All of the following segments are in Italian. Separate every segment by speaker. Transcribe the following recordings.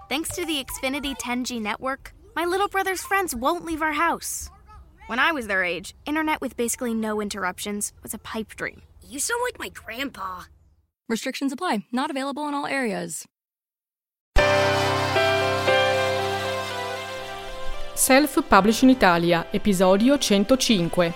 Speaker 1: Thanks to the Xfinity 10G network, my little brother's friends won't leave our house. When I was their age, internet with basically no interruptions was a pipe dream.
Speaker 2: You sound like my grandpa.
Speaker 3: Restrictions apply. Not available in all areas.
Speaker 4: Self-Publishing Italia, episodio 105.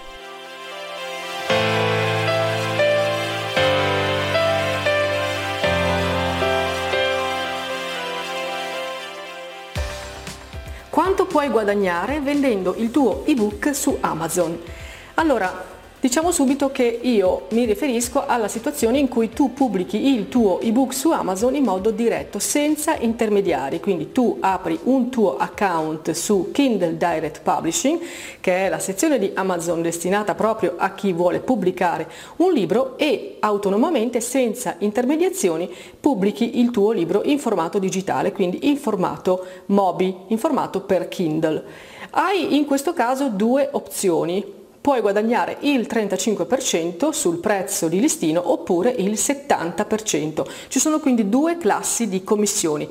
Speaker 4: Quanto puoi guadagnare vendendo il tuo ebook su Amazon? Allora, diciamo subito che io mi riferisco alla situazione in cui tu pubblichi il tuo ebook su Amazon in modo diretto, senza intermediari. Quindi tu apri un tuo account su Kindle Direct Publishing, che è la sezione di Amazon destinata proprio a chi vuole pubblicare un libro, e autonomamente, senza intermediazioni, pubblichi il tuo libro in formato digitale, quindi in formato Mobi, in formato per Kindle. Hai in questo caso due opzioni. Puoi guadagnare il 35% sul prezzo di listino oppure il 70%. Ci sono quindi due classi di commissioni,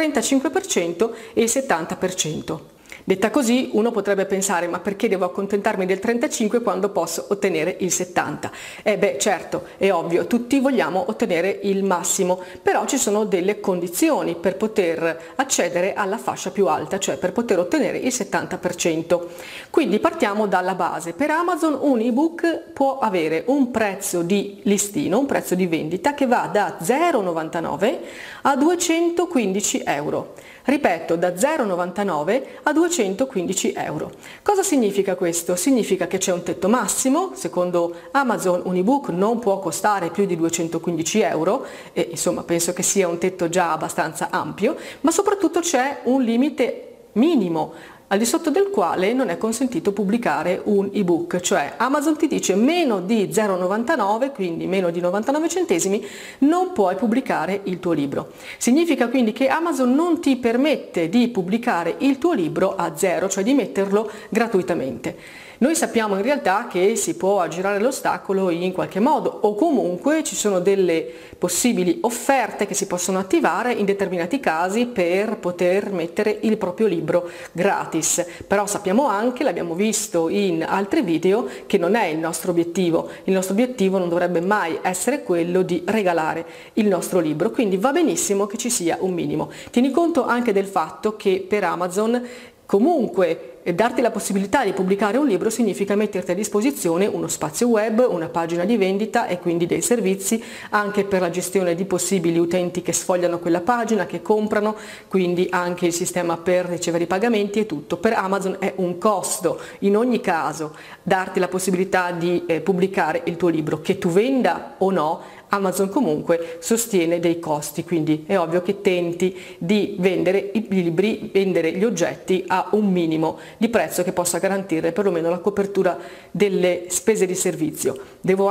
Speaker 4: 35% e il 70%. Detta così, uno potrebbe pensare: ma perché devo accontentarmi del 35 quando posso ottenere il 70? Certo, è ovvio, tutti vogliamo ottenere il massimo, però ci sono delle condizioni per poter accedere alla fascia più alta, cioè per poter ottenere il 70%. Quindi partiamo dalla base. Per Amazon un ebook può avere un prezzo di listino, un prezzo di vendita che va da 0,99 a 215 euro. Ripeto, da 0,99 a 215 euro. Cosa significa questo? Significa che c'è un tetto massimo. Secondo Amazon un ebook non può costare più di 215 euro e insomma penso che sia un tetto già abbastanza ampio, ma soprattutto c'è un limite minimo al di sotto del quale non è consentito pubblicare un ebook, cioè Amazon ti dice meno di 0,99, quindi meno di 99 centesimi, non puoi pubblicare il tuo libro. Significa quindi che Amazon non ti permette di pubblicare il tuo libro a zero, cioè di metterlo gratuitamente. Noi sappiamo in realtà che si può aggirare l'ostacolo in qualche modo, o comunque ci sono delle possibili offerte che si possono attivare in determinati casi per poter mettere il proprio libro gratis. Però sappiamo anche, l'abbiamo visto in altri video, che non è il nostro obiettivo. Il nostro obiettivo non dovrebbe mai essere quello di regalare il nostro libro, quindi va benissimo che ci sia un minimo. Tieni conto anche del fatto che per Amazon comunque darti la possibilità di pubblicare un libro significa metterti a disposizione uno spazio web, una pagina di vendita e quindi dei servizi anche per la gestione di possibili utenti che sfogliano quella pagina, che comprano, quindi anche il sistema per ricevere i pagamenti e tutto. Per Amazon è un costo in ogni caso darti la possibilità di pubblicare il tuo libro, che tu venda o no. Amazon comunque sostiene dei costi, quindi è ovvio che tenti di vendere i libri, vendere gli oggetti a un minimo di prezzo che possa garantire perlomeno la copertura delle spese di servizio. Dobbiamo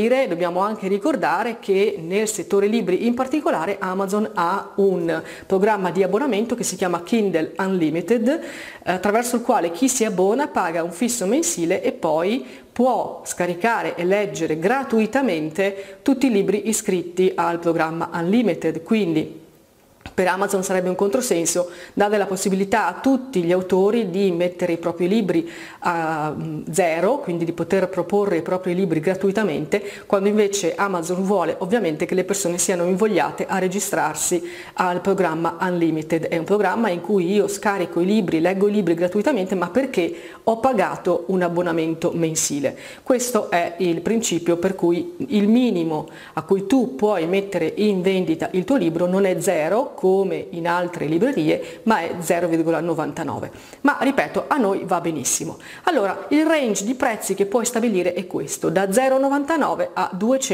Speaker 4: anche ricordare che nel settore libri in particolare Amazon ha un programma di abbonamento che si chiama Kindle Unlimited, attraverso il quale chi si abbona paga un fisso mensile e poi può scaricare e leggere gratuitamente tutti i libri iscritti al programma Unlimited. Quindi per Amazon sarebbe un controsenso dare la possibilità a tutti gli autori di mettere i propri libri a zero, quindi di poter proporre i propri libri gratuitamente, quando invece Amazon vuole ovviamente che le persone siano invogliate a registrarsi al programma Unlimited. È un programma in cui io scarico i libri, leggo i libri gratuitamente, ma perché ho pagato un abbonamento mensile. Questo è il principio per cui il minimo a cui tu puoi mettere in vendita il tuo libro non è zero, come in altre librerie, ma è 0,99. Ma ripeto, a noi va benissimo. Allora, il range di prezzi che puoi stabilire è questo, da 0,99 a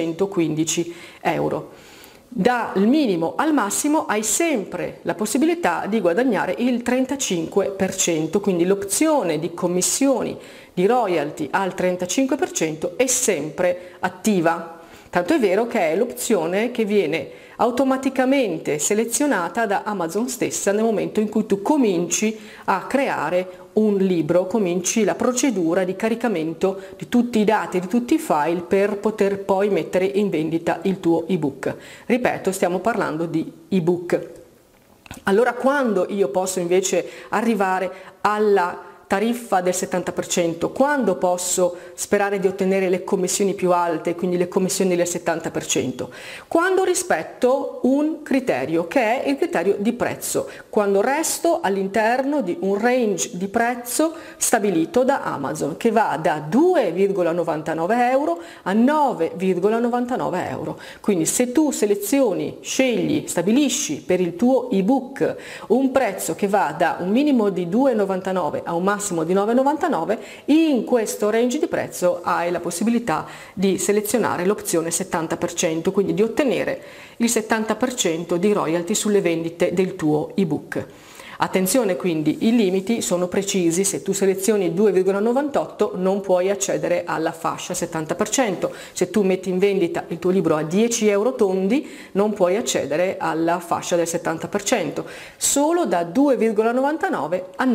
Speaker 4: 215 euro. Dal minimo al massimo hai sempre la possibilità di guadagnare il 35%, quindi l'opzione di commissioni di royalty al 35% è sempre attiva. Tanto è vero che è l'opzione che viene automaticamente selezionata da Amazon stessa nel momento in cui tu cominci a creare un libro, cominci la procedura di caricamento di tutti i dati, di tutti i file per poter poi mettere in vendita il tuo ebook. Ripeto, stiamo parlando di ebook. Allora quando io posso invece arrivare alla tariffa del 70%, quando posso sperare di ottenere le commissioni più alte, quindi le commissioni del 70%? Quando rispetto un criterio che è il criterio di prezzo, quando resto all'interno di un range di prezzo stabilito da Amazon che va da 2,99 euro a 9,99 euro. Quindi se tu selezioni, scegli, stabilisci per il tuo ebook un prezzo che va da un minimo di 2,99 a un massimo di 9,99, in questo range di prezzo hai la possibilità di selezionare l'opzione 70%, quindi di ottenere il 70% di royalty sulle vendite del tuo ebook. Attenzione, quindi i limiti sono precisi: se tu selezioni 2,98 non puoi accedere alla fascia 70%, se tu metti in vendita il tuo libro a 10 euro tondi non puoi accedere alla fascia del 70%, solo da 2,99 a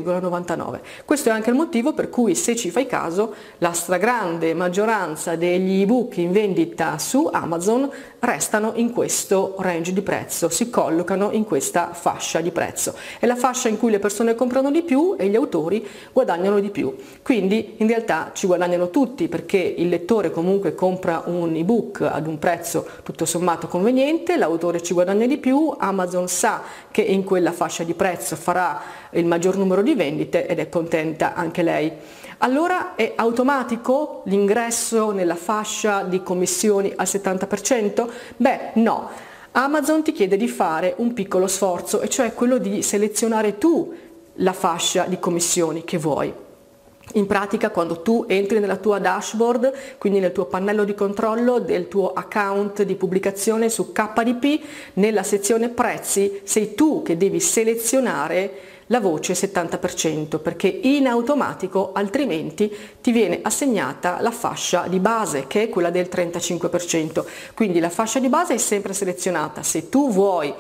Speaker 4: 9,99. Questo è anche il motivo per cui, se ci fai caso, la stragrande maggioranza degli ebook in vendita su Amazon restano in questo range di prezzo, si collocano in questa fascia di prezzo. È la fascia in cui le persone comprano di più e gli autori guadagnano di più. Quindi in realtà ci guadagnano tutti, perché il lettore comunque compra un ebook ad un prezzo tutto sommato conveniente, l'autore ci guadagna di più, Amazon sa che in quella fascia di prezzo farà il maggior numero di vendite ed è contenta anche lei. Allora è automatico l'ingresso nella fascia di commissioni al 70%? Beh, no. Amazon ti chiede di fare un piccolo sforzo, e cioè quello di selezionare tu la fascia di commissioni che vuoi. In pratica, quando tu entri nella tua dashboard, quindi nel tuo pannello di controllo del tuo account di pubblicazione su KDP, nella sezione prezzi sei tu che devi selezionare la voce 70%, perché in automatico altrimenti ti viene assegnata la fascia di base, che è quella del 35%. Quindi la fascia di base è sempre selezionata. Se tu vuoi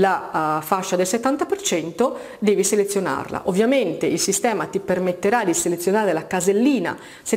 Speaker 4: la fascia del 70% devi selezionarla. Ovviamente il sistema ti permetterà di selezionare la casellina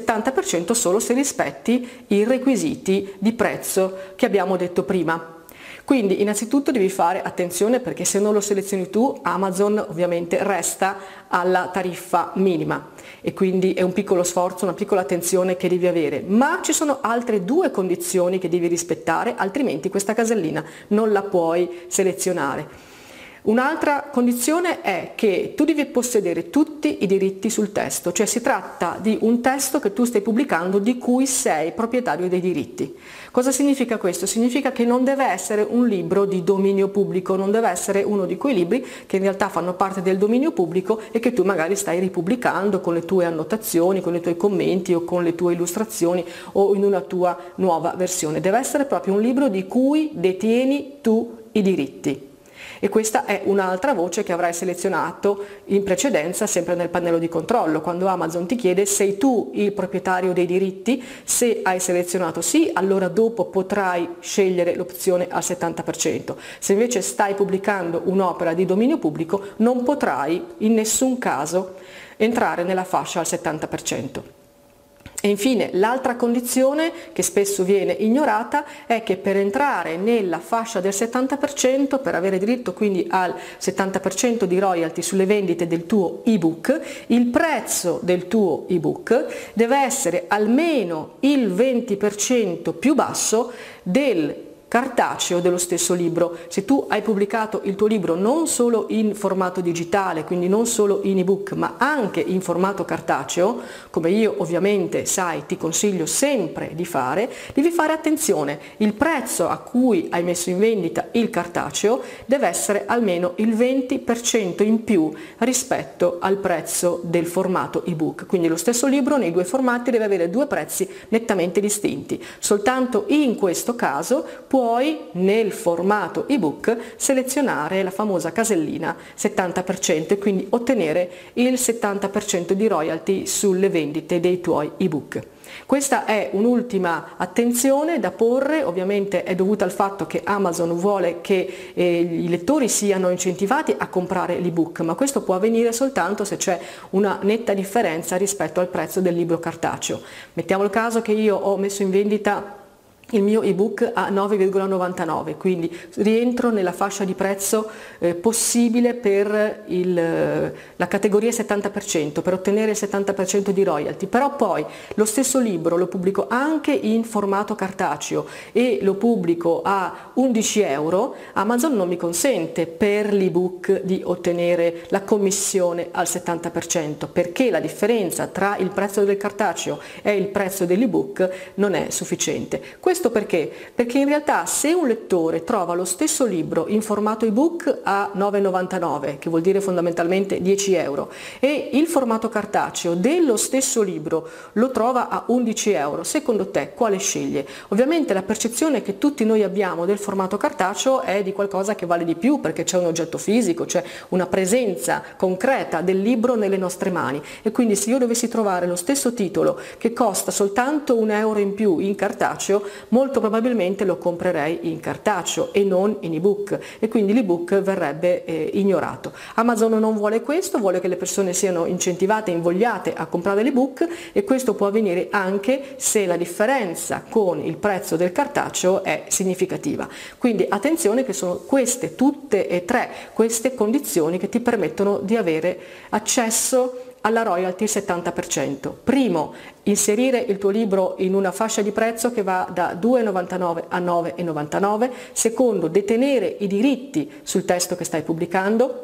Speaker 4: 70% solo se rispetti i requisiti di prezzo che abbiamo detto prima. Quindi innanzitutto devi fare attenzione, perché se non lo selezioni tu, Amazon ovviamente resta alla tariffa minima, e quindi è un piccolo sforzo, una piccola attenzione che devi avere. Ma ci sono altre due condizioni che devi rispettare, altrimenti questa casellina non la puoi selezionare. Un'altra condizione è che tu devi possedere tutti i diritti sul testo, cioè si tratta di un testo che tu stai pubblicando di cui sei proprietario dei diritti. Cosa significa questo? Significa che non deve essere un libro di dominio pubblico, non deve essere uno di quei libri che in realtà fanno parte del dominio pubblico e che tu magari stai ripubblicando con le tue annotazioni, con i tuoi commenti o con le tue illustrazioni o in una tua nuova versione. Deve essere proprio un libro di cui detieni tu i diritti. E questa è un'altra voce che avrai selezionato in precedenza, sempre nel pannello di controllo, quando Amazon ti chiede: sei tu il proprietario dei diritti? Se hai selezionato sì, allora dopo potrai scegliere l'opzione al 70%. Se invece stai pubblicando un'opera di dominio pubblico, non potrai in nessun caso entrare nella fascia al 70%. E infine l'altra condizione che spesso viene ignorata è che per entrare nella fascia del 70%, per avere diritto quindi al 70% di royalty sulle vendite del tuo ebook, il prezzo del tuo ebook deve essere almeno il 20% più basso del cartaceo dello stesso libro. Se tu hai pubblicato il tuo libro non solo in formato digitale, quindi non solo in ebook, ma anche in formato cartaceo, come io ovviamente sai ti consiglio sempre di fare, devi fare attenzione: il prezzo a cui hai messo in vendita il cartaceo deve essere almeno il 20% in più rispetto al prezzo del formato ebook. Quindi lo stesso libro nei due formati deve avere due prezzi nettamente distinti. Soltanto in questo caso puoi nel formato ebook selezionare la famosa casellina 70% e quindi ottenere il 70% di royalty sulle vendite dei tuoi ebook. Questa è un'ultima attenzione da porre, ovviamente è dovuta al fatto che Amazon vuole che i lettori siano incentivati a comprare l'ebook, ma questo può avvenire soltanto se c'è una netta differenza rispetto al prezzo del libro cartaceo. Mettiamo il caso che io ho messo in vendita il mio ebook a 9,99, quindi rientro nella fascia di prezzo possibile per la categoria 70%, per ottenere il 70% di royalty. Però poi lo stesso libro lo pubblico anche in formato cartaceo e lo pubblico a 11 euro, Amazon non mi consente per l'ebook di ottenere la commissione al 70%, perché la differenza tra il prezzo del cartaceo e il prezzo dell'ebook non è sufficiente. Questo perché? Perché in realtà se un lettore trova lo stesso libro in formato ebook a 9,99, che vuol dire fondamentalmente 10 euro, e il formato cartaceo dello stesso libro lo trova a 11 euro, secondo te quale sceglie? Ovviamente la percezione che tutti noi abbiamo del formato cartaceo è di qualcosa che vale di più, perché c'è un oggetto fisico, c'è una presenza concreta del libro nelle nostre mani, e quindi se io dovessi trovare lo stesso titolo che costa soltanto 1 euro in più in cartaceo, molto probabilmente lo comprerei in cartaceo e non in ebook, e quindi l'ebook verrebbe ignorato. Amazon non vuole questo, vuole che le persone siano incentivate, invogliate a comprare l'ebook, e questo può avvenire anche se la differenza con il prezzo del cartaceo è significativa. Quindi attenzione, che sono queste tutte e tre queste condizioni che ti permettono di avere accesso alla royalty 70%. Primo, inserire il tuo libro in una fascia di prezzo che va da 2,99 a 9,99. Secondo, detenere i diritti sul testo che stai pubblicando.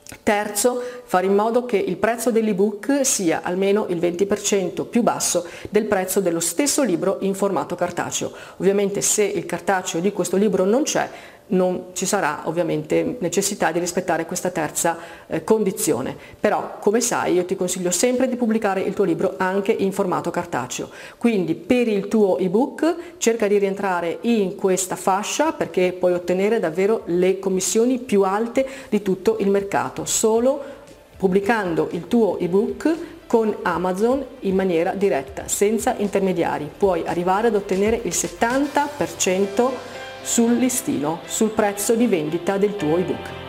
Speaker 4: Terzo, fare in modo che il prezzo dell'ebook sia almeno il 20% più basso del prezzo dello stesso libro in formato cartaceo. Ovviamente se il cartaceo di questo libro non c'è, non ci sarà ovviamente necessità di rispettare questa terza condizione. Però, come sai, io ti consiglio sempre di pubblicare il tuo libro anche in formato cartaceo. Quindi per il tuo ebook cerca di rientrare in questa fascia, perché puoi ottenere davvero le commissioni più alte di tutto il mercato, solo pubblicando il tuo ebook con Amazon in maniera diretta, senza intermediari. Puoi arrivare ad ottenere il 70% sul listino, sul prezzo di vendita del tuo ebook.